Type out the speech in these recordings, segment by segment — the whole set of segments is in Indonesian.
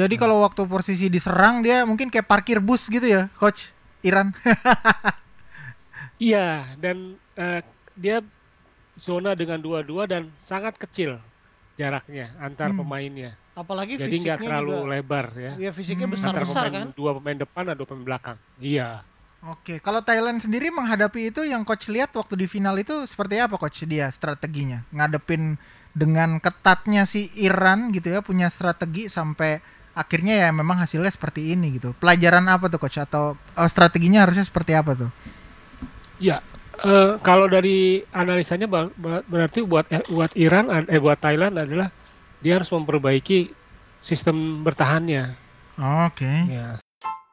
jadi kalau waktu posisi diserang dia mungkin kayak parkir bus gitu ya, Coach Iran. Iya, dan dia zona dengan 2-2 dan sangat kecil jaraknya antar pemainnya. Apalagi Jadi nggak fisiknya terlalu juga, lebar ya. ya fisiknya Antar besar-besar pemain, kan. 2 pemain depan dan 2 pemain belakang. Iya. Oke, kalau Thailand sendiri menghadapi itu yang Coach lihat waktu di final itu seperti apa Coach dia strateginya? Ngadepin dengan ketatnya si Iran gitu ya, punya strategi sampai akhirnya ya memang hasilnya seperti ini gitu. Pelajaran apa tuh Coach atau strateginya harusnya seperti apa tuh? Ya, kalau dari analisanya berarti buat Iran, buat Thailand adalah dia harus memperbaiki sistem bertahannya. Oke. Ya.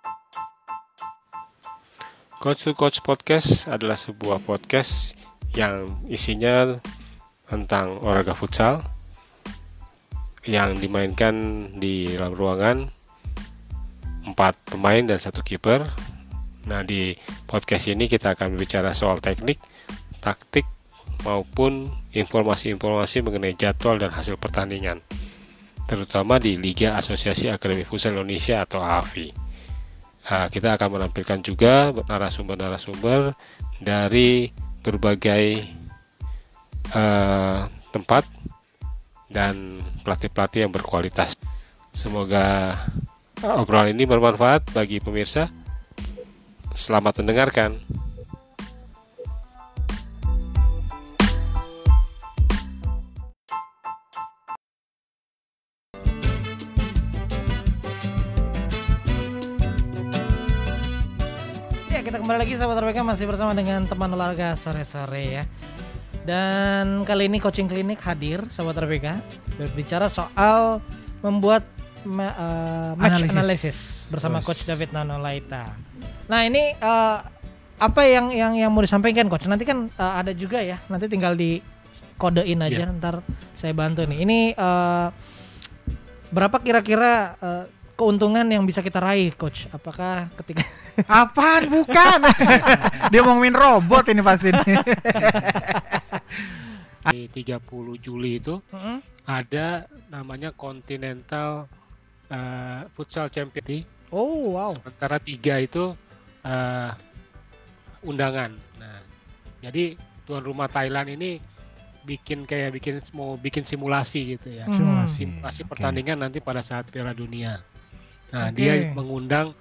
Coach to Coach Podcast adalah sebuah podcast yang isinya tentang olahraga futsal yang dimainkan di dalam ruangan 4 pemain dan 1 kiper. Nah, di podcast ini kita akan berbicara soal teknik, taktik, maupun informasi-informasi mengenai jadwal dan hasil pertandingan, terutama di Liga Asosiasi Akademi Futsal Indonesia atau AFI. Kita akan menampilkan juga narasumber-narasumber dari berbagai tempat dan pelatih-pelatih yang berkualitas. Semoga obrolan ini bermanfaat bagi pemirsa. Selamat mendengarkan. Ya, kita kembali lagi sahabat RPK, masih bersama dengan teman olahraga sore-sore ya. Dan kali ini coaching klinik hadir sahabat RPK berbicara soal membuat match analysis bersama Coach David Nanolaita. Nah, ini apa yang mau disampaikan Coach? Nanti kan ada juga ya. Nanti tinggal di kodein aja, ntar saya bantu nih. Ini berapa kira-kira keuntungan yang bisa kita raih Coach? Apakah ketika Apaan? Bukan. Dia mau ngomongin robot ini pasti. Di 30 Juli itu ada namanya Continental Futsal Championship. Oh wow. Sementara 3 itu undangan. Nah, jadi tuan rumah Thailand ini mau bikin simulasi gitu ya. Simulasi pertandingan nanti pada saat Piala Dunia. Nah, dia mengundang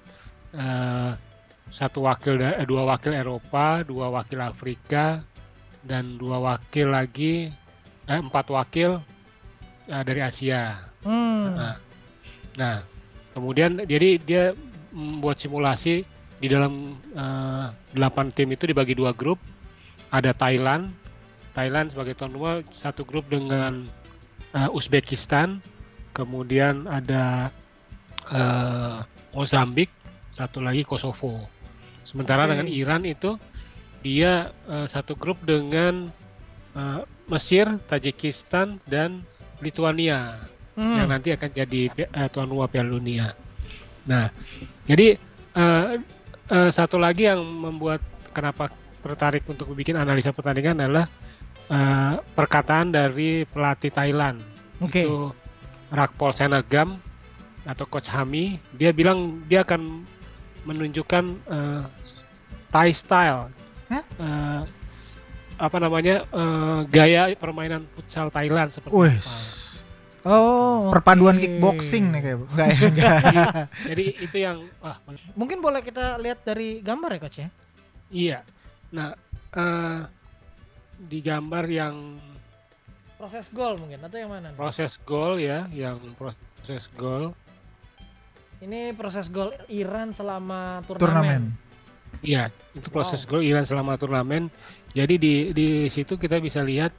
2 wakil Eropa, 2 wakil Afrika, dan 2 wakil lagi 4 wakil dari Asia. Nah, kemudian jadi dia membuat simulasi di dalam 8 tim itu dibagi 2 grup. Ada Thailand sebagai tuan rumah, 1 grup dengan Uzbekistan, kemudian ada Mozambik, 1 lagi Kosovo. Sementara dengan Iran itu dia 1 grup dengan Mesir, Tajikistan, dan Lituania yang nanti akan jadi tuan rumah Piala Dunia. Nah, jadi 1 lagi yang membuat kenapa tertarik untuk bikin analisa pertandingan adalah perkataan dari pelatih Thailand, itu Rakpol Senagam atau Coach Hami. Dia bilang dia akan menunjukkan Thai style, gaya permainan futsal Thailand seperti apa. Perpaduan kickboxing nih kayak. Jadi itu yang mungkin boleh kita lihat dari gambar ya Coach ya? Iya. Nah, di gambar yang proses gol mungkin atau yang mana? Proses gol ya, yang proses gol. Ini proses gol Iran selama turnamen. Iya, itu proses gol Iran selama turnamen. Jadi di situ kita bisa lihat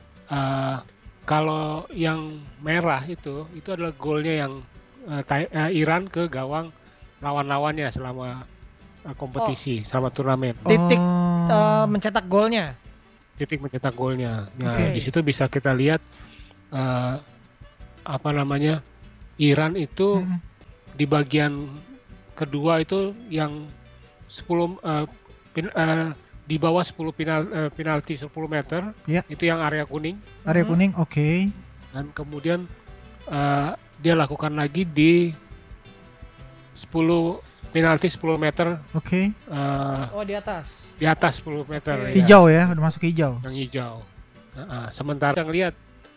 kalau yang merah itu adalah golnya yang Iran ke gawang lawan-lawannya selama kompetisi, selama turnamen. Titik mencetak golnya. Titik mencetak golnya. Nah, di situ bisa kita lihat Iran itu di bagian kedua itu yang 10 di bawah 10 penalti 10 meter, itu yang area kuning. Area kuning, oke. Dan kemudian dia lakukan lagi di penalti 10 meter Oke. di atas. di atas 10 meter. Oke. Ya, Hijau ya, udah masuk hijau. yang hijau. Sementara yang lihat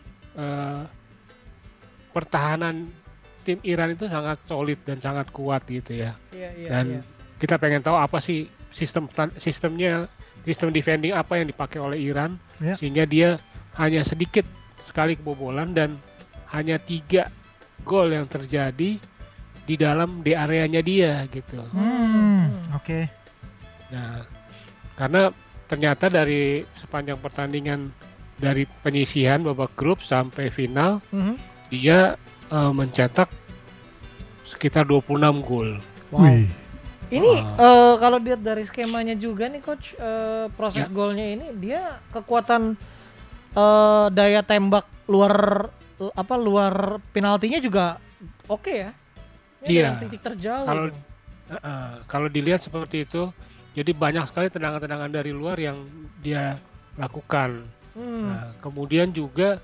pertahanan tim Iran itu sangat solid dan sangat kuat gitu ya. Dan kita pengen tahu apa sih sistemnya, sistem defending apa yang dipakai oleh Iran sehingga dia hanya sedikit sekali kebobolan dan hanya 3 gol yang terjadi di dalam di areanya dia gitu. Oke. Nah, karena ternyata dari sepanjang pertandingan dari penyisihan babak grup sampai final dia mencetak sekitar 26 gol. Wow. Wih. Ini kalau dilihat dari skemanya juga nih coach, proses golnya ini dia kekuatan daya tembak luar penaltinya juga oke ya. Ini Iya. dengan titik terjauh. Kalau dilihat seperti itu, jadi banyak sekali tendangan-tendangan dari luar yang dia lakukan. Nah, kemudian juga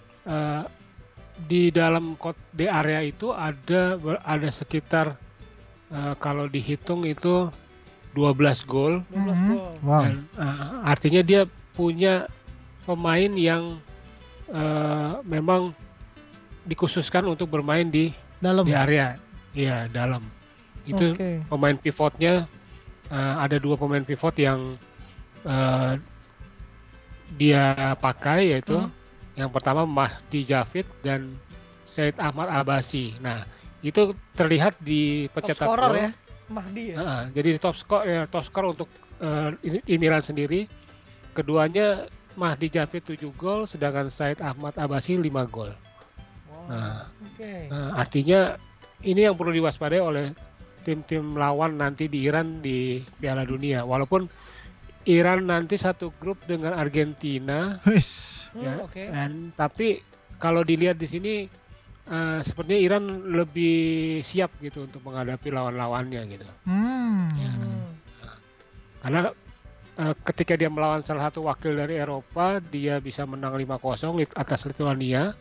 di dalam di area itu ada sekitar kalau dihitung itu 12 gol. 12 gol. Wow. Dan artinya dia punya pemain yang memang dikhususkan untuk bermain di Dalam. area, iya dalam. Itu Oke. pemain pivotnya ada 2 pemain pivot yang dia pakai yaitu yang pertama Mahdi Javid dan Said Ahmad Abasi. Nah, itu terlihat di pencetak Top scorer gol. ya, Mahdi ya. Jadi top skor untuk Iran sendiri. Keduanya Mahdi Javid 7 gol, sedangkan Said Ahmad Abasi 5 gol. Wow. Nah, Oke. artinya ini yang perlu diwaspadai oleh tim-tim lawan nanti di Iran di Piala Dunia. Walaupun Iran nanti satu grup dengan Argentina, Wis. ya, Oke. tapi kalau dilihat di sini sepertinya Iran lebih siap gitu untuk menghadapi lawan-lawannya gitu. Ya. Karena ketika dia melawan salah satu wakil dari Eropa, dia bisa menang 5-0 atas Lithuania.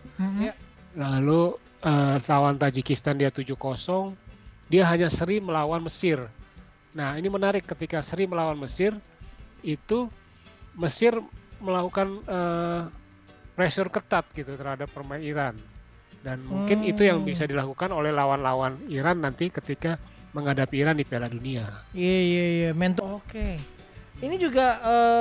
Lalu lawan Tajikistan dia 7-0. Dia hanya seri melawan Mesir. Nah, ini menarik ketika seri melawan Mesir, itu Mesir melakukan pressure ketat gitu terhadap pemain Iran. Dan mungkin itu yang bisa dilakukan oleh lawan-lawan Iran nanti ketika menghadapi Iran di Piala Dunia. Iya. Oke. Ini juga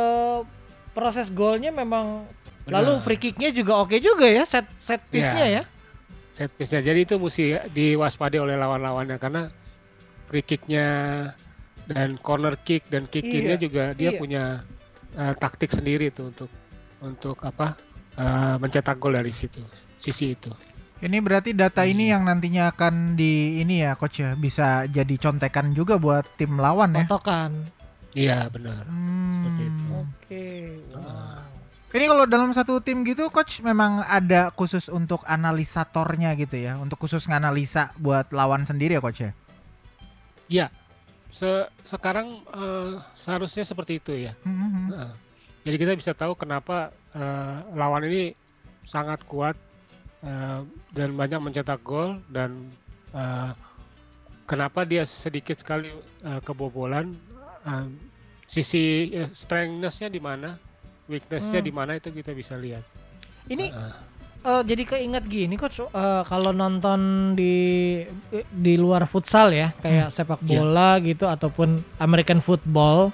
proses golnya memang. Benar. Lalu free kicknya juga oke juga ya, set piece-nya ya. Set piece-nya. Jadi itu mesti diwaspadai oleh lawan-lawannya karena free kick-nya dan corner kick dan kick in-nya juga dia punya taktik sendiri tuh untuk mencetak gol dari sisi itu. Ini berarti data ini yang nantinya akan ini ya coach ya, bisa jadi contekan juga buat tim lawan ya. Patokan. Iya, benar. Seperti itu. Oke. Wow. Ini kalau dalam satu tim gitu coach memang ada khusus untuk analisatornya gitu ya, untuk khusus nganalisa buat lawan sendiri ya coach ya. Iya. Sekarang seharusnya seperti itu ya. Jadi kita bisa tahu kenapa lawan ini sangat kuat dan banyak mencetak gol dan kenapa dia sedikit sekali kebobolan. Sisi strength-nya di mana, weakness-nya di mana itu kita bisa lihat. Ini jadi keinget gini coach, kalau nonton di luar futsal ya, kayak sepak bola gitu ataupun American football,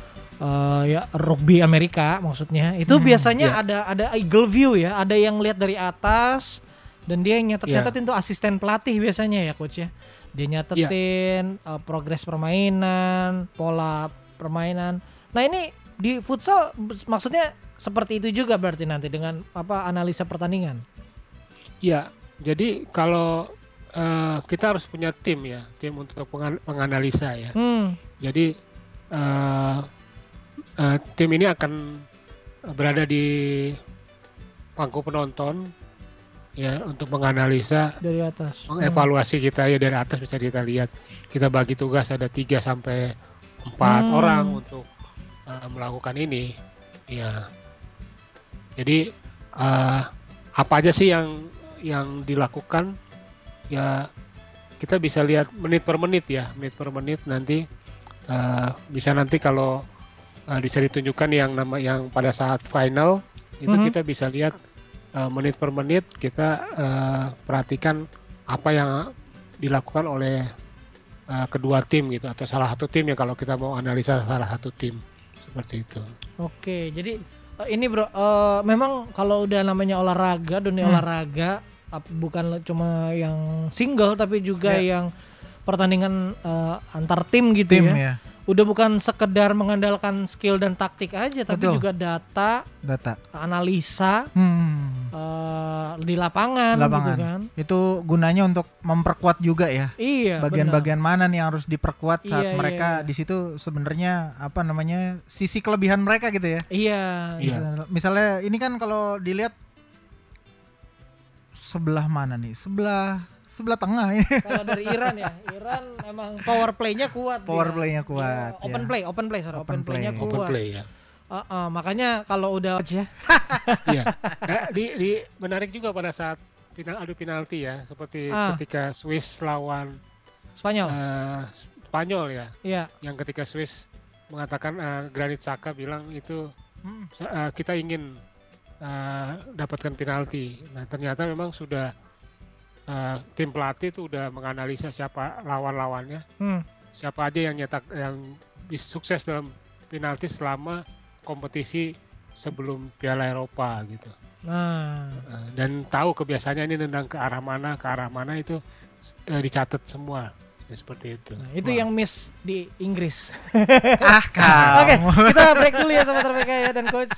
ya rugby Amerika maksudnya, itu biasanya ada eagle view ya, ada yang lihat dari atas dan dia nyatet-nyatetin tuh asisten pelatih biasanya ya coach ya. Dia nyatetin progres permainan, pola permainan. Nah ini di futsal maksudnya seperti itu juga berarti nanti dengan analisa pertandingan. Ya, jadi kalau kita harus punya tim untuk penganalisa ya. Jadi tim ini akan berada di pangku penonton ya untuk menganalisa dari atas. Mengevaluasi kita ya dari atas bisa kita lihat. Kita bagi tugas ada 3 sampai 4 orang untuk melakukan ini. Ya. Jadi apa aja sih yang dilakukan? Ya kita bisa lihat menit per menit ya, menit per menit nanti bisa nanti kalau bisa ditunjukkan yang pada saat final itu kita bisa lihat menit per menit kita perhatikan apa yang dilakukan oleh kedua tim gitu atau salah satu tim ya kalau kita mau analisa salah satu tim seperti itu. Oke, jadi ini bro, memang kalau udah namanya olahraga, dunia olahraga bukan cuma yang single tapi juga yang pertandingan antar tim gitu ya. Udah bukan sekedar mengandalkan skill dan taktik aja, tapi juga data, analisa di lapangan gitu kan. Itu gunanya untuk memperkuat juga ya. Iya. Bagian-bagian mana nih yang harus diperkuat saat mereka di situ sebenarnya apa namanya sisi kelebihan mereka gitu ya. Iya. Misalnya ini kan kalau dilihat sebelah mana nih? Sebelah tengah ini. Kalau dari Iran ya, Iran emang power play-nya kuat. Power play-nya kuat. Open play-nya kuat. Open play ya. Makanya kalau udah aja. Iya. Di menarik juga pada saat adu penalti ya, seperti ketika Swiss lawan Spanyol ya. Iya. Yang ketika Swiss mengatakan Granit Xhaka bilang itu kita ingin dapatkan penalti. Nah, ternyata memang sudah tim pelatih itu udah menganalisa siapa lawan-lawannya, siapa aja yang sukses dalam penalti selama kompetisi sebelum Piala Eropa gitu. Dan tahu kebiasaannya ini nendang ke arah mana itu dicatat semua ya, seperti itu. Nah, itu yang miss di Inggris. Oke, kita break dulu ya Sobat RPK ya dan coach.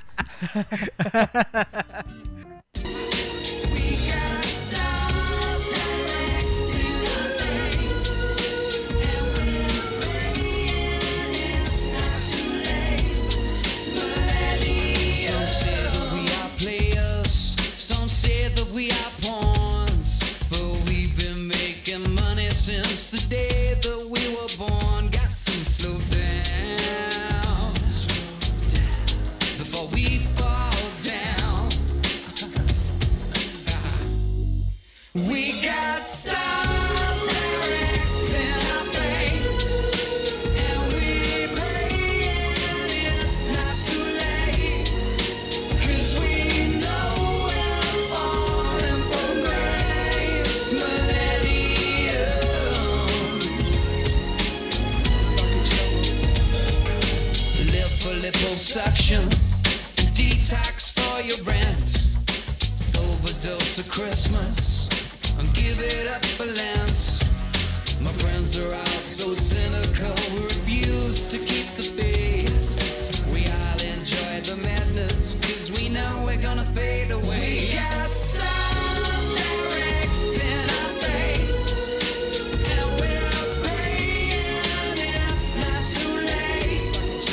Liposuction, detox for your rent, overdose of Christmas, and give it up for Lent. My friends are all so cynical, we refuse to keep the faith. We all enjoy the madness, cause we know we're gonna fade away. We got stars directing our fate, and we're praying it's not too late.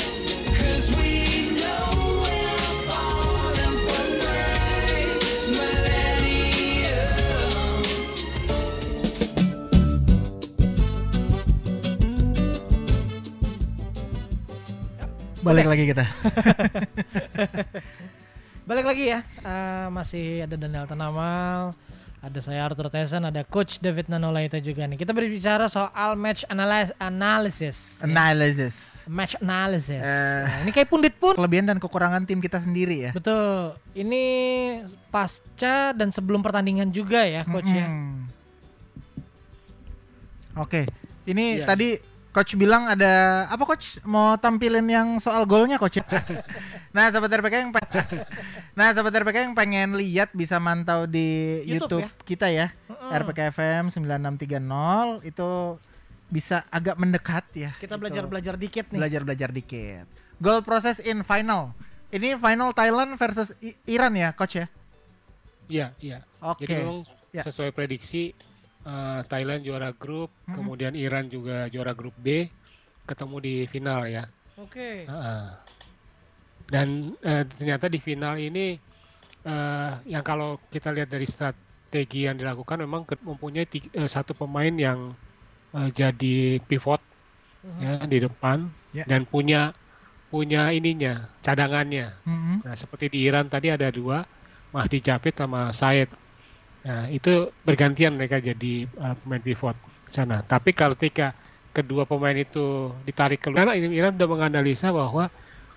We know we're falling from grace, millennium. Balik lagi kita. Balik lagi ya. Masih ada Daniel Tanamal, ada saya Arthur Tyson, ada Coach David Nanolaita juga nih. Kita berbicara soal match analysis. Match analysis. Ini kayak pundit pun. Kelebihan dan kekurangan tim kita sendiri ya. Betul. Ini pasca dan sebelum pertandingan juga ya, Coach ya. Oke. Ini tadi Coach bilang ada apa Coach? Mau tampilin yang soal golnya Coach? Nah, Sobat RPK yang pengen lihat bisa mantau di YouTube ya? Kita ya. RPK FM 9630 itu bisa agak mendekat ya. Kita belajar dikit nih. Belajar dikit. Goal process in final. Ini final Thailand versus Iran ya, Coach ya? Iya. Oke. Jadi memang sesuai prediksi Thailand juara grup, kemudian Iran juga juara grup B, ketemu di final ya. Oke. Dan ternyata di final ini yang kalau kita lihat dari strategi yang dilakukan memang mempunyai satu pemain yang jadi pivot ya di depan dan punya ininya cadangannya. Nah seperti di Iran tadi ada dua, Mahdi Japid sama Said. Nah itu bergantian mereka jadi pemain pivot. sana. Tapi ketika kedua pemain itu ditarik keluar, karena Iran sudah menganalisa bahwa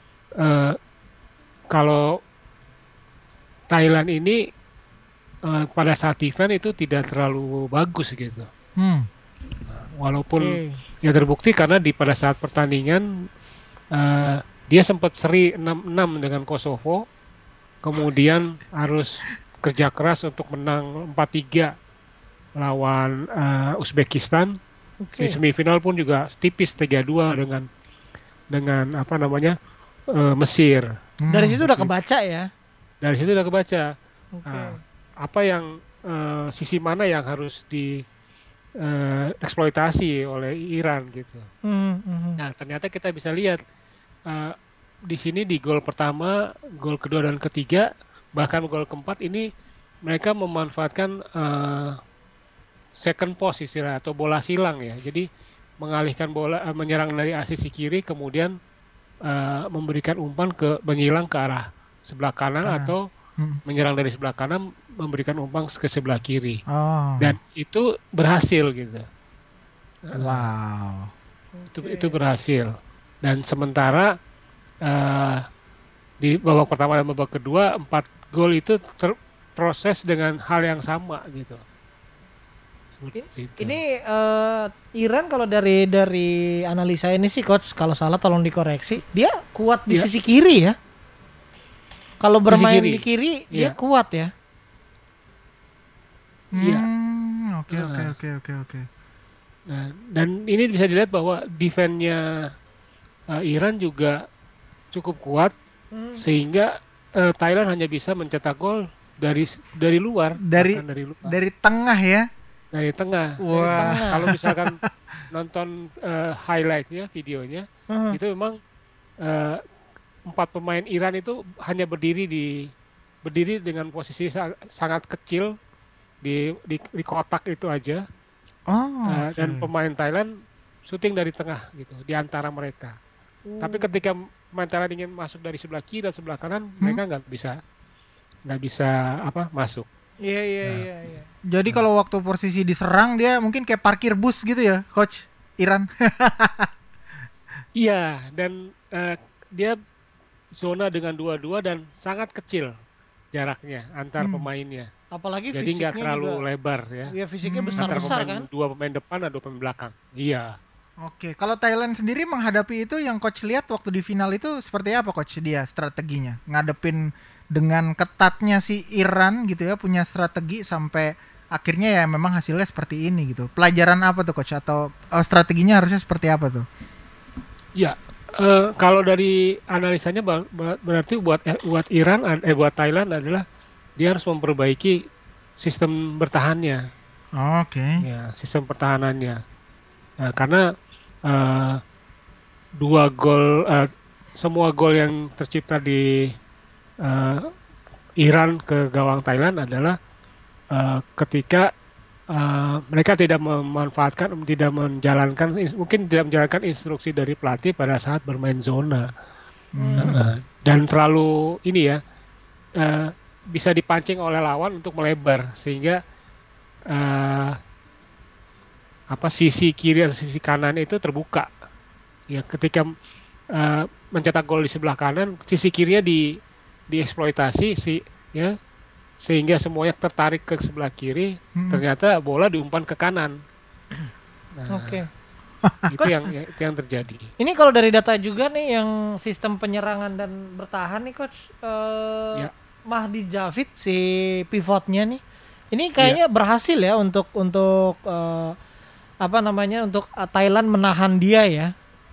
kalau Thailand ini pada saat event itu tidak terlalu bagus gitu. Walaupun ya terbukti karena pada saat pertandingan dia sempat seri 6-6 dengan Kosovo, kemudian harus kerja keras untuk menang 4-3 lawan Uzbekistan. Di semifinal pun juga tipis 3-2 dengan Mesir. Dari situ udah kebaca ya. Dari situ udah kebaca. Apa yang sisi mana yang harus eksploitasi oleh Iran gitu. Nah, ternyata kita bisa lihat di sini di gol pertama, gol kedua dan ketiga, bahkan gol keempat ini mereka memanfaatkan second post istilah atau bola silang ya. Jadi mengalihkan bola, menyerang dari sisi kiri, kemudian memberikan umpan menyilang ke arah sebelah kanan atau menyerang dari sebelah kanan memberikan umpan ke sebelah kiri. Dan itu berhasil gitu. Wow. Itu berhasil. Dan sementara di babak pertama dan babak kedua 4 gol itu terproses dengan hal yang sama gitu. Ini Iran kalau dari analisa ini sih coach, kalau salah tolong dikoreksi, dia kuat di sisi kiri ya. Kalau bermain di kiri dia kuat ya. Oke. Nah, dan ini bisa dilihat bahwa defense-nya Iran juga cukup kuat sehingga Thailand hanya bisa mencetak gol dari luar. Dari tengah ya. Dari tengah. Wah. Kalau misalkan nonton highlight-nya, videonya, itu memang 4 pemain Iran itu hanya berdiri dengan posisi sangat kecil di kotak itu aja. Dan pemain Thailand syuting dari tengah gitu, di antara mereka. Tapi ketika pemain Thailand ingin masuk dari sebelah kiri dan sebelah kanan, mereka nggak bisa masuk. Iya. Jadi kalau waktu posisi diserang dia mungkin kayak parkir bus gitu ya, coach Iran. Iya, dan dia zona dengan 2-2 dan sangat kecil jaraknya antar pemainnya. Apalagi jadi fisiknya nggak terlalu juga, lebar ya. Iya, fisiknya besar-besar kan. 2 pemain depan dan 2 pemain belakang. Iya. Oke, kalau Thailand sendiri menghadapi itu yang coach lihat waktu di final itu seperti apa coach dia strateginya? Ngadepin dengan ketatnya si Iran gitu ya, punya strategi sampai akhirnya ya memang hasilnya seperti ini gitu. Pelajaran apa tuh coach atau strateginya harusnya seperti apa tuh? Ya, kalau dari analisanya berarti buat Iran buat Thailand adalah dia harus memperbaiki sistem bertahannya. Oke. Ya, sistem pertahanannya. Nah, karena 2 gol, semua gol yang tercipta di Iran ke gawang Thailand adalah ketika mereka tidak menjalankan instruksi dari pelatih pada saat bermain zona. Dan terlalu bisa dipancing oleh lawan untuk melebar sehingga sisi kiri atau sisi kanan itu terbuka. Ya, ketika mencetak gol di sebelah kanan, sisi kirinya dieksploitasi sehingga semuanya tertarik ke sebelah kiri, ternyata bola diumpan ke kanan. Nah, itu yang terjadi. Ini kalau dari data juga nih yang sistem penyerangan dan bertahan nih coach, Mahdi Javid si pivotnya nih, ini kayaknya berhasil ya untuk untuk Thailand menahan dia ya.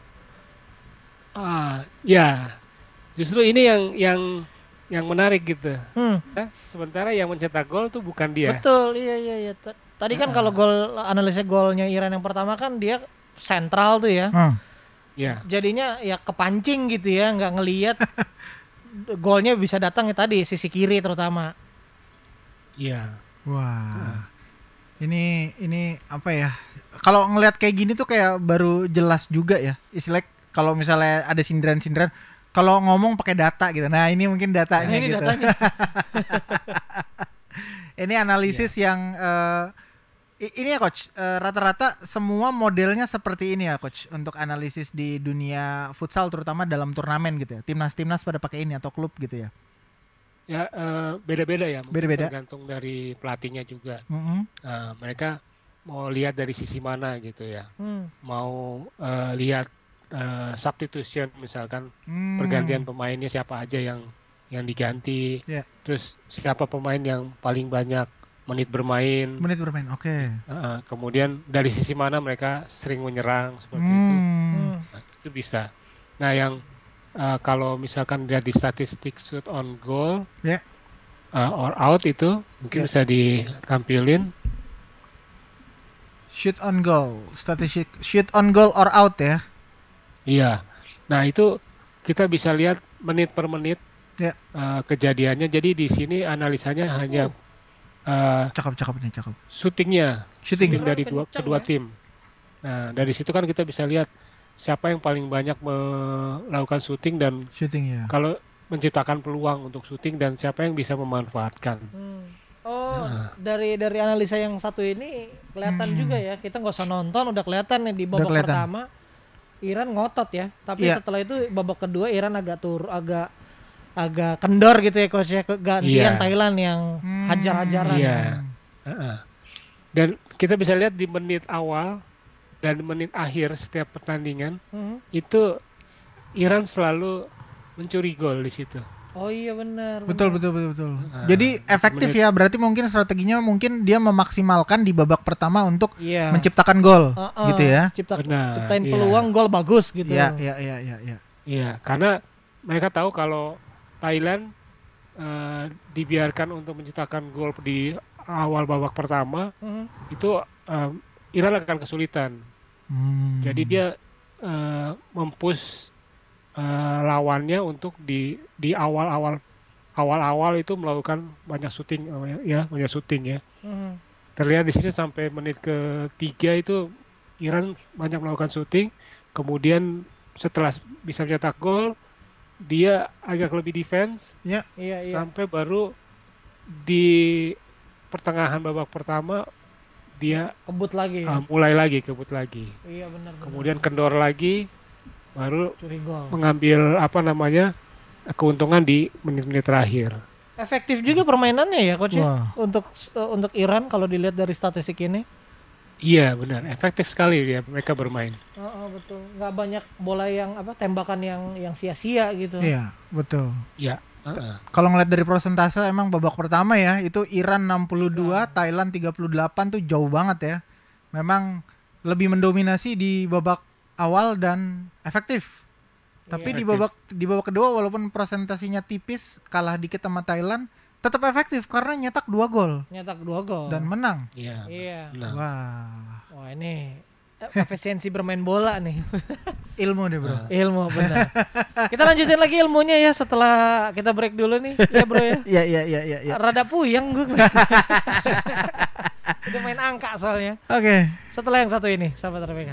Ya, justru ini yang menarik gitu. Sementara yang mencetak gol tuh bukan dia. Betul, iya. Tadi kan kalau analisa golnya Iran yang pertama kan dia sentral tuh ya. Ya. Jadinya ya kepancing gitu ya, nggak ngelihat golnya bisa datang ya tadi sisi kiri terutama. Iya. Wah. Ini apa ya? Kalau ngelihat kayak gini tuh kayak baru jelas juga ya. Istilahnya kalau misalnya ada sindiran-sindiran, kalau ngomong pakai data gitu. Nah, ini mungkin datanya ini gitu. Datanya. Ini analisis yang Ini ya coach, rata-rata semua modelnya seperti ini ya coach untuk analisis di dunia futsal terutama dalam turnamen gitu ya. Timnas pada pakai ini atau klub gitu ya. Ya beda-beda ya, mungkin Beda-beda. tergantung dari pelatihnya juga. Mm-mm. Mereka mau lihat dari sisi mana gitu ya. Mau lihat substitution misalkan pergantian pemainnya siapa aja yang diganti. Ya. Terus siapa pemain yang paling banyak menit bermain. Oke. Kemudian dari sisi mana mereka sering menyerang seperti itu. Nah, itu bisa. Nah, yang kalau misalkan lihat di statistik shoot on goal Ya. or out itu mungkin bisa ditampilin. Shoot on goal, statistik shoot on goal or out ya. Iya. Nah, itu kita bisa lihat menit per menit Ya. kejadiannya. Jadi di sini analisanya hanya Cakep nih. shooting Shooting. dari Kencang kedua ya. tim. Nah, dari situ kan kita bisa lihat siapa yang paling banyak melakukan shooting dan Shooting ya. kalau menciptakan peluang untuk shooting dan siapa yang bisa memanfaatkan. Oh, dari analisa yang satu ini kelihatan juga ya. Kita nggak usah nonton, udah kelihatan nih di babak kelihatan. pertama Iran ngotot ya. Tapi Iya. setelah itu babak kedua Iran agak kendor gitu ya coach ya, gantian Iya. Thailand yang hajar-hajaran. Iya. Dan kita bisa lihat di menit awal dan menit akhir setiap pertandingan itu Iran selalu mencuri gol di situ. Oh iya benar. Betul. Jadi efektif ya, berarti mungkin strateginya dia memaksimalkan di babak pertama untuk Iya. menciptakan gol gitu ya. Benar, Ciptain iya. peluang gol bagus gitu. Iya. Iya, karena mereka tahu kalau Thailand dibiarkan untuk menciptakan gol di awal babak pertama, itu Iran akan kesulitan. Jadi dia mempush lawannya untuk di awal itu melakukan banyak shooting ya. Terlihat di sini sampai menit ke-3 itu Iran banyak melakukan shooting, kemudian setelah bisa mencetak gol dia agak lebih defense Iya. sampai baru di pertengahan babak pertama dia Kebut lagi. mulai lagi kebut lagi. Iya benar. Kemudian kendor lagi baru curi gol. mengambil keuntungan di menit-menit terakhir. Efektif juga permainannya ya coach ya? Wah. Untuk Iran kalau dilihat dari statistik ini. Iya benar, efektif sekali ya mereka bermain. Betul. Nggak banyak bola yang tembakan yang sia-sia gitu. Iya, betul. Ya. Kalau ngeliat dari persentase emang babak pertama ya, itu Iran 62, Thailand 38 tuh jauh banget ya. Memang lebih mendominasi di babak awal dan efektif. Tapi di babak kedua walaupun presentasinya tipis, kalah dikit sama Thailand, tetap efektif karena nyetak 2 gol Nyetak 2 gol. dan menang. Iya. Nah. Wah, ini efisiensi bermain bola nih. ilmu deh bro. Ilmu benar. Kita lanjutin lagi ilmunya ya setelah kita break dulu nih. Ya bro ya. Iya. Rada puyeng gue. Udah main angka soalnya. Oke. Setelah yang satu ini, sahabat RPK.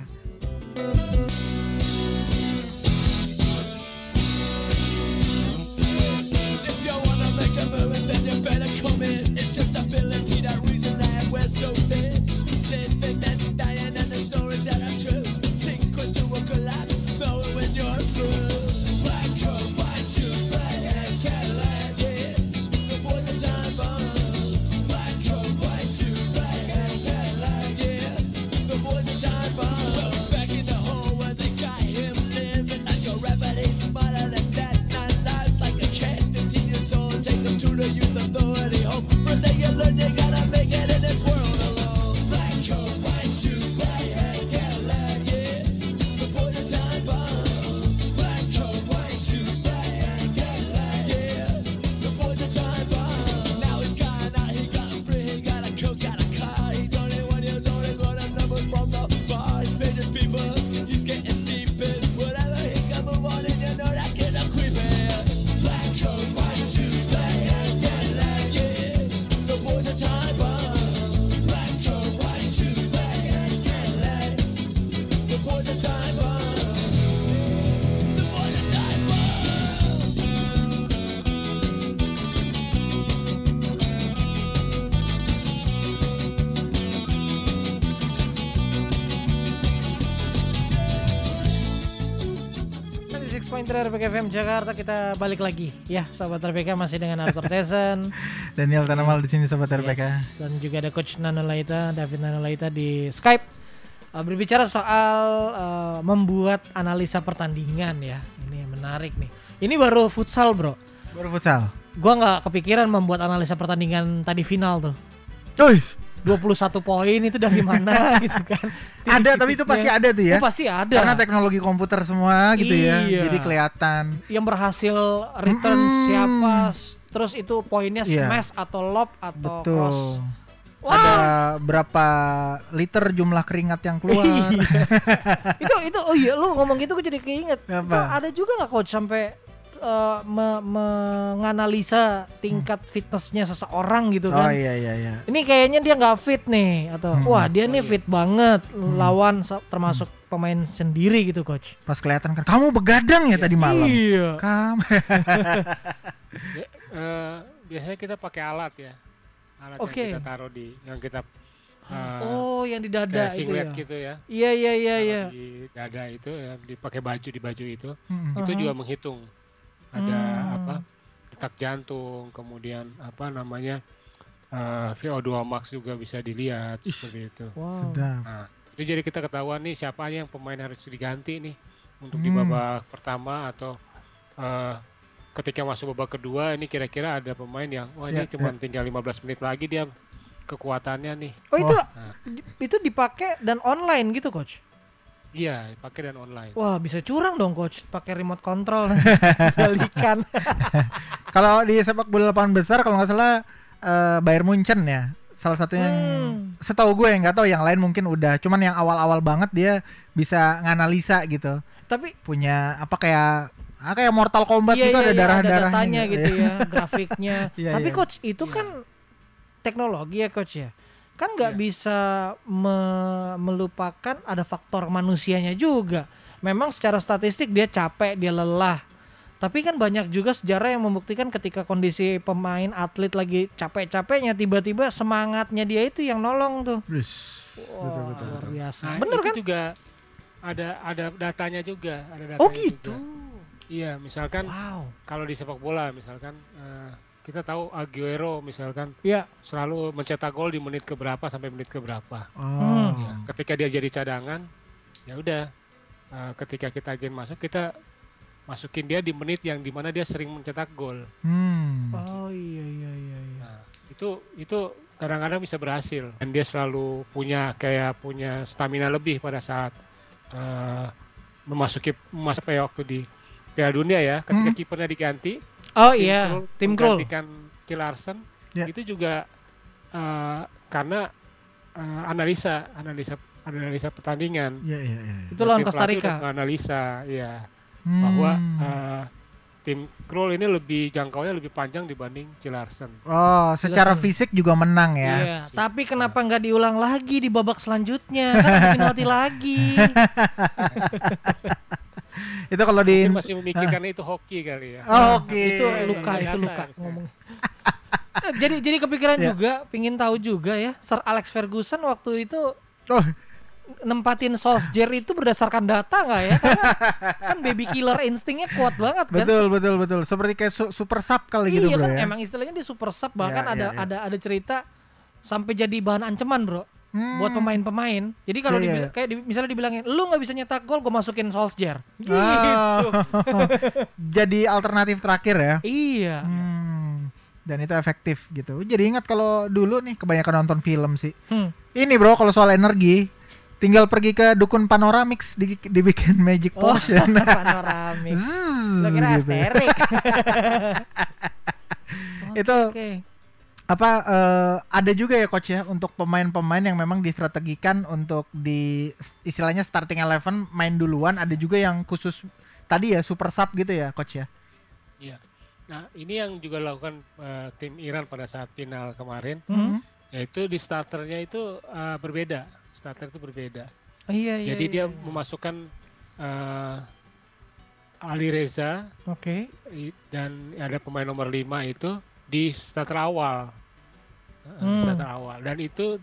If you wanna make a move, then you better come in. It's just ability, that reason that we're so thin. Living and dying, and the stories that are true. Sink into a collapse, knowing when you're through. Black coat, white shoes, black hair, Cadillac, yeah. The boys are time bomb. Black coat, white shoes, black hair, Cadillac, yeah. The boys are time bomb. Well, it's back in the hole where they got him living like a rapper. He's smarter than that. Nine lives like a cat, 15 years old. Take them to the youth authority home. First thing you learn, you gotta make it in this world alone. Black coat, white shoes, black hair, Cadillac, yeah. The boys are time bomb. Black coat, white shoes, black hair, Cadillac, yeah. The boys are time bomb. Now he's gone out, he got free, he got a coke, got a car. He's 21 years old, he got the numbers from the bar. He's paying his people, he's getting deep in whatever he can move on, and you know that kid a creeping. Black coat, white shoes, black hair, Cadillac, yeah. The boys are time bomb. Black coat, white shoes, black hair, Cadillac. The boys are time bomb. The boys are time bomb. 106.3 RPK FM Jakarta, kita balik lagi ya Sobat RPK, masih dengan Arthur Tesen, Daniel Tanamal di sini Sobat RPK. yes, dan juga ada Coach Nanulaita, David Nanulaita di Skype. Berbicara soal membuat analisa pertandingan ya, ini menarik nih. Ini baru futsal bro. Baru futsal. Gua nggak kepikiran membuat analisa pertandingan tadi final tuh. Cuy, 21 poin itu dari mana gitu kan. ada tapi itu pasti ada tuh ya. Oh, pasti ada. Karena teknologi komputer semua gitu ya. Iya. Jadi kelihatan. Yang berhasil return siapa, terus itu poinnya Iya. smash atau lob atau Betul. cross. Ada berapa liter jumlah keringat yang keluar. itu oh iya, lu ngomong gitu gue jadi keinget. Apa? Itu ada juga nggak coach sampai menganalisa tingkat fitnessnya seseorang gitu Oh kan. iya. Ini kayaknya dia nggak fit nih, atau wah dia nih fit banget lawan termasuk pemain sendiri gitu coach. Pas kelihatan kan kamu begadang ya tadi malam. Iya. Kamu. Biasanya kita pakai alat ya. Alat Oke. yang kita taruh yang kita Oh, yang di dada kayak itu singlet ya. gitu ya. Iya. Taruh di dada itu ya, dipakai di baju itu. Itu juga menghitung ada apa detak jantung, kemudian apa namanya VO2 max juga bisa dilihat seperti itu. Wow. Sedap. Nah, itu jadi kita ketahuan nih siapa aja yang pemain harus diganti nih untuk di babak pertama atau ketika masuk babak kedua ini kira-kira ada pemain yang ini cuma tinggal 15 menit lagi dia kekuatannya nih. Oh, itu dipakai dan online gitu coach. Iya, pakai dan online. Wah, bisa curang dong coach, pakai remote control balikan. Kalau di sepak bola lapangan besar kalau nggak salah Bayern Munchen ya. Salah satunya yang setahu gue, nggak tahu yang lain mungkin udah. Cuman yang awal-awal banget dia bisa nganalisa gitu. Tapi Punya apa kayak Mortal Kombat gitu ada darah-darahnya ada datanya gitu ya. ya, grafiknya. Iya, Tapi iya. coach itu kan teknologi ya coach ya. Kan nggak bisa melupakan ada faktor manusianya juga. Memang secara statistik dia capek, dia lelah. Tapi kan banyak juga sejarah yang membuktikan ketika kondisi pemain atlet lagi capek-capeknya, tiba-tiba semangatnya dia itu yang nolong tuh. Betul. Luar biasa. Nah, Bener itu kan? juga ada datanya juga, ada datanya Oh gitu. juga. Iya, misalkan Wow. kalau di sepak bola misalkan kita tahu Aguero misalkan Ya. selalu mencetak gol di menit keberapa sampai menit keberapa. Oh. Ya, ketika dia jadi cadangan, ya udah ketika kita ingin masuk kita masukin dia di menit yang dimana dia sering mencetak gol. Oh iya. Nah, itu kadang-kadang bisa berhasil dan dia selalu punya stamina lebih pada saat masuk waktu di Piala Dunia ya, ketika kipernya diganti. Oh iya, Tim Krul. Menggantikan Kilarsen. Ya. Itu juga karena analisa pertandingan. Iya. Itu lawan Tim Costa pelatih Rica. udah analisa ya bahwa tim Krul ini jangkauannya lebih panjang dibanding Cilarsen. Oh, secara Jelasin. fisik juga menang ya. Iya, tapi kenapa nggak diulang lagi di babak selanjutnya? Kan ada penalti lagi. Itu kalau di Mungkin masih memikirkan itu hoki kali ya. Oh, oke. Itu luka ngomong. Jadi kepikiran Ya. juga, pingin tahu juga ya, Sir Alex Ferguson waktu itu Oh, nempatin Solskjaer itu berdasarkan data nggak ya? Karena kan baby killer instingnya kuat banget kan? betul. Seperti kayak super sub kali gitu, Iya bro kan, ya. emang istilahnya di super sub, bahkan Iya. ada cerita sampai jadi bahan ancaman bro buat pemain-pemain. Jadi kalau Iya. misalnya dibilangin lu nggak bisa nyetak gol, gue masukin Solskjaer. Gitu. Oh. Jadi alternatif terakhir ya. Iya. Dan itu efektif gitu. Jadi ingat kalau dulu nih kebanyakan nonton film sih. Hmm. Ini bro kalau soal energi, tinggal pergi ke dukun Panoramix dibikin magic Oh, potion. panoramik. Lo kira Gitu. asterik. Itu Oke. ada juga ya coach ya untuk pemain-pemain yang memang distrategikan untuk istilahnya starting 11 main duluan, ada juga yang khusus tadi ya super sub gitu ya coach ya. Iya. Nah, ini yang juga dilakukan tim Iran pada saat final kemarin, yaitu di starternya itu berbeda. Starter itu berbeda. Oh, iya. Jadi dia memasukkan Ali Reza Oke. dan ada pemain nomor 5 itu di starter awal. Starter awal. Dan itu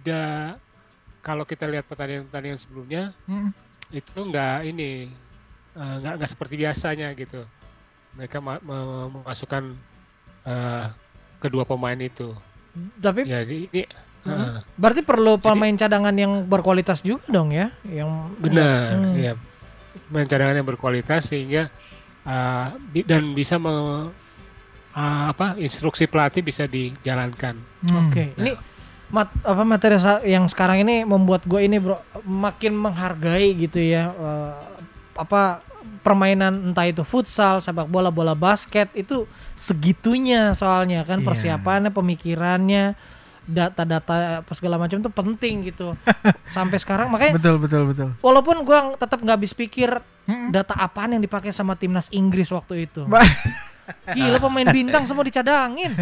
tidak, kalau kita lihat pertandingan-pertandingan sebelumnya, itu enggak nggak seperti biasanya gitu. Mereka memasukkan kedua pemain itu. Tapi Jadi ini berarti perlu pemain cadangan yang berkualitas juga dong ya, yang benar, ya. Pemain cadangan yang berkualitas sehingga dan bisa instruksi pelatih bisa dijalankan. Oke. Ini materi yang sekarang ini membuat gue ini bro makin menghargai gitu ya permainan entah itu futsal, sepak bola, bola basket itu segitunya soalnya kan persiapannya, pemikirannya, data-data apa segala macam itu penting gitu. Sampai sekarang makanya betul. walaupun gue tetap nggak habis pikir data apaan yang dipakai sama timnas Inggris waktu itu. Gila, pemain bintang semua dicadangin.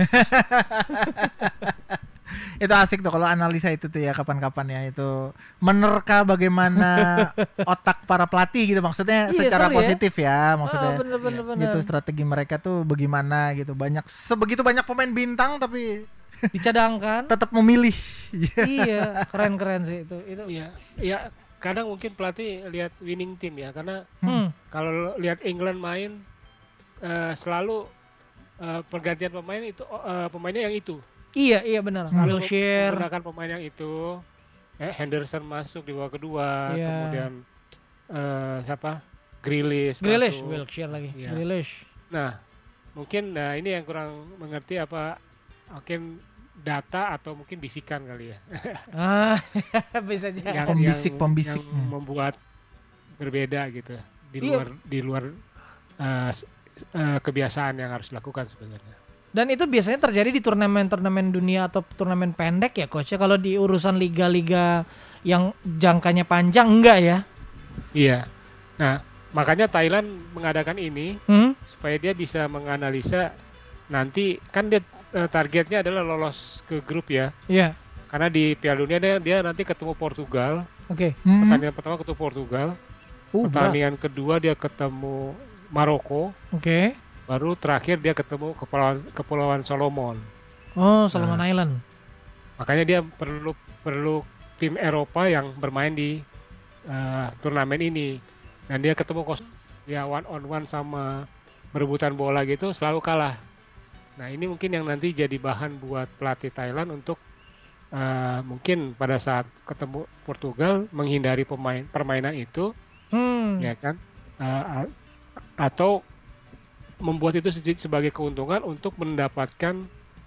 Itu asik tuh kalau analisa itu tuh ya kapan-kapan ya, itu menerka bagaimana otak para pelatih gitu maksudnya secara positif ya maksudnya. Bener. Gitu strategi mereka tuh bagaimana gitu, sebegitu banyak pemain bintang tapi dicadangkan tetap memilih. Iya, keren sih itu. Ya kadang mungkin pelatih lihat winning team ya, karena kalau lihat England main selalu pergantian pemain itu pemainnya yang itu. Iya benar. Wilshere menggunakan pemain yang itu. Henderson masuk di babak kedua, kemudian siapa? Grealish, Wilshere lagi. Ya. Grealish. Nah, mungkin ini yang kurang mengerti mungkin data atau mungkin bisikan kali ya. Bisa jadi. Pembisik. Yang membuat berbeda gitu di luar kebiasaan yang harus dilakukan sebenarnya. Dan itu biasanya terjadi di turnamen-turnamen dunia atau turnamen pendek ya coach ya. Kalau di urusan liga-liga yang jangkanya panjang enggak ya? Iya. Nah, makanya Thailand mengadakan ini supaya dia bisa menganalisa nanti kan dia targetnya adalah lolos ke grup ya. Iya. Karena di Piala Dunia dia nanti ketemu Portugal. Oke. Pertandingan pertama ketemu Portugal. Pertandingan berat. kedua dia ketemu Maroko. Oke. Baru terakhir dia ketemu Kepulauan Solomon. Oh, Solomon Island. Makanya dia perlu tim Eropa yang bermain di turnamen ini. Dan dia ketemu one on one sama berebutan bola gitu selalu kalah. Nah, ini mungkin yang nanti jadi bahan buat pelatih Thailand untuk mungkin pada saat ketemu Portugal menghindari permainan itu, ya kan? Atau membuat itu sebagai keuntungan untuk mendapatkan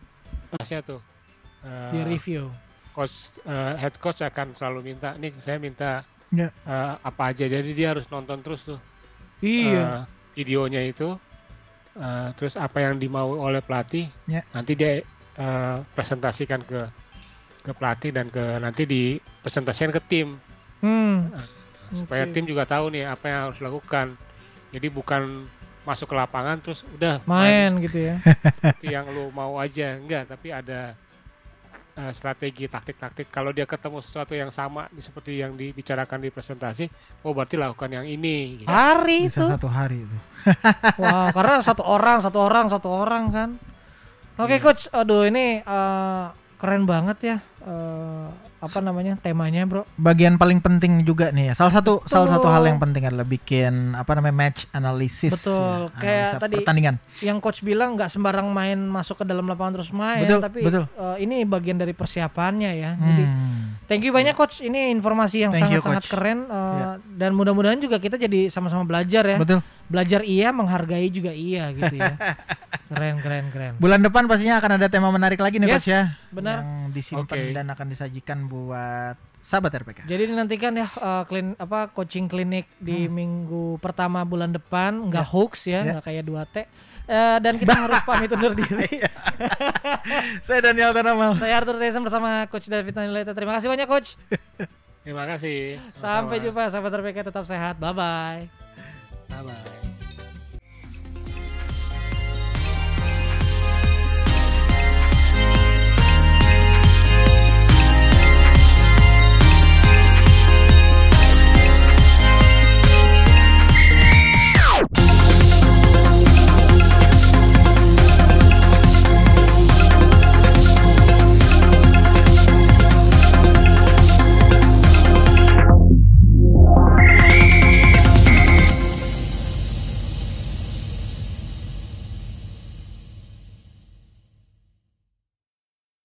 di review. Head coach akan selalu minta, nih saya minta apa aja, jadi dia harus nonton terus tuh videonya itu, terus apa yang dimau oleh pelatih, nanti dia presentasikan ke pelatih dan nanti dipresentasikan ke tim, supaya tim juga tahu nih apa yang harus dilakukan. Jadi bukan masuk ke lapangan terus udah main gitu ya. Yang lu mau aja, enggak, tapi ada strategi taktik-taktik. Kalau dia ketemu sesuatu yang sama seperti yang dibicarakan di presentasi, berarti lakukan yang ini gitu. Hari bisa itu 1 hari itu. Wah, karena satu orang kan. Oke, coach, aduh ini keren banget ya. Apa namanya temanya bro? Bagian paling penting juga nih ya. Salah satu hal yang penting adalah bikin match analysis. Betul. Ya, kayak tadi pertandingan. Yang coach bilang nggak sembarang main masuk ke dalam lapangan terus main, tapi ini bagian dari persiapannya ya. Jadi thank you banyak coach. Ini informasi yang sangat-sangat keren dan mudah-mudahan juga kita jadi sama-sama belajar ya. Betul. Belajar iya, menghargai juga iya gitu ya. Keren. Bulan depan pastinya akan ada tema menarik lagi nih coach ya. Benar. Yang disimpan dan akan disajikan buat sahabat RPK. Jadi dinantikan ya coaching klinik di minggu pertama bulan depan, nggak hoax ya, nggak kayak 2T. Dan kita harus pamit undur diri. Saya Daniel Tanamal. Saya Arthur Tyson bersama Coach David Nanileta. Terima kasih banyak Coach. Terima kasih. Sampai jumpa sahabat RPK, tetap sehat. Bye bye. Bye bye.